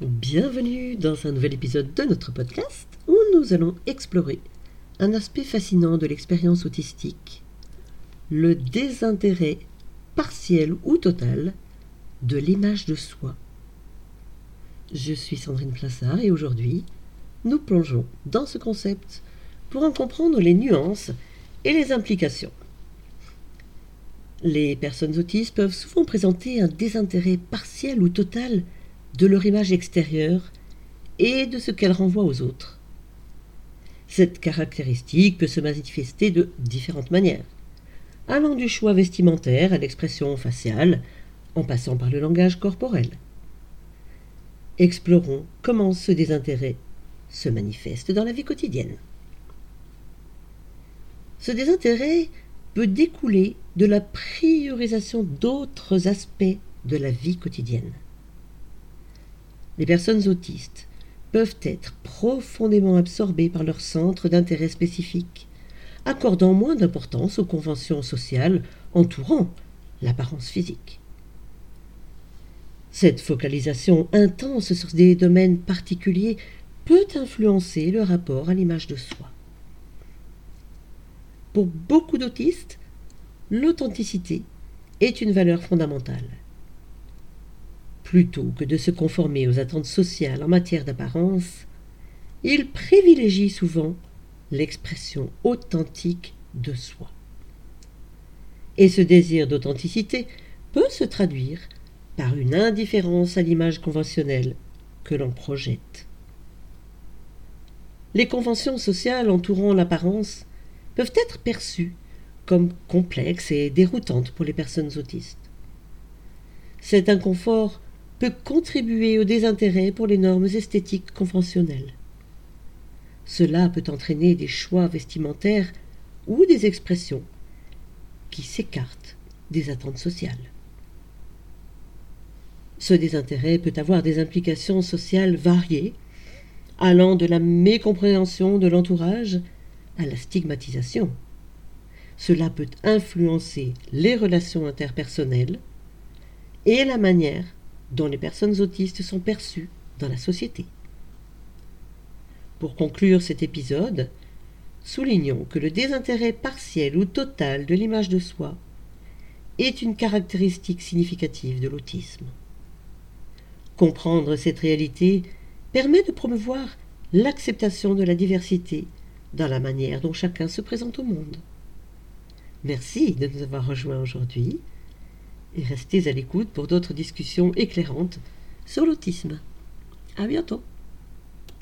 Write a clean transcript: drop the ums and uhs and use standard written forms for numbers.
Bienvenue dans un nouvel épisode de notre podcast où nous allons explorer un aspect fascinant de l'expérience autistique, le désintérêt partiel ou total de l'image de soi. Je suis Sandrine Plassard et aujourd'hui, nous plongeons dans ce concept pour en comprendre les nuances et les implications. Les personnes autistes peuvent souvent présenter un désintérêt partiel ou total de leur image extérieure et de ce qu'elle renvoie aux autres. Cette caractéristique peut se manifester de différentes manières, allant du choix vestimentaire à l'expression faciale, en passant par le langage corporel. Explorons comment ce désintérêt se manifeste dans la vie quotidienne. Ce désintérêt peut découler de la priorisation d'autres aspects de la vie quotidienne. Les personnes autistes peuvent être profondément absorbées par leur centre d'intérêt spécifique, accordant moins d'importance aux conventions sociales entourant l'apparence physique. Cette focalisation intense sur des domaines particuliers peut influencer le rapport à l'image de soi. Pour beaucoup d'autistes, l'authenticité est une valeur fondamentale. Plutôt que de se conformer aux attentes sociales en matière d'apparence, ils privilégient souvent l'expression authentique de soi. Et ce désir d'authenticité peut se traduire par une indifférence à l'image conventionnelle que l'on projette. Les conventions sociales entourant l'apparence peuvent être perçues comme complexes et déroutantes pour les personnes autistes. Cet inconfort peut contribuer au désintérêt pour les normes esthétiques conventionnelles. Cela peut entraîner des choix vestimentaires ou des expressions qui s'écartent des attentes sociales. Ce désintérêt peut avoir des implications sociales variées, allant de la mécompréhension de l'entourage à la stigmatisation. Cela peut influencer les relations interpersonnelles et la manière dont les personnes autistes sont perçues dans la société. Pour conclure cet épisode, soulignons que le désintérêt partiel ou total de l'image de soi est une caractéristique significative de l'autisme. Comprendre cette réalité permet de promouvoir l'acceptation de la diversité dans la manière dont chacun se présente au monde. Merci de nous avoir rejoints aujourd'hui et restez à l'écoute pour d'autres discussions éclairantes sur l'autisme. À bientôt.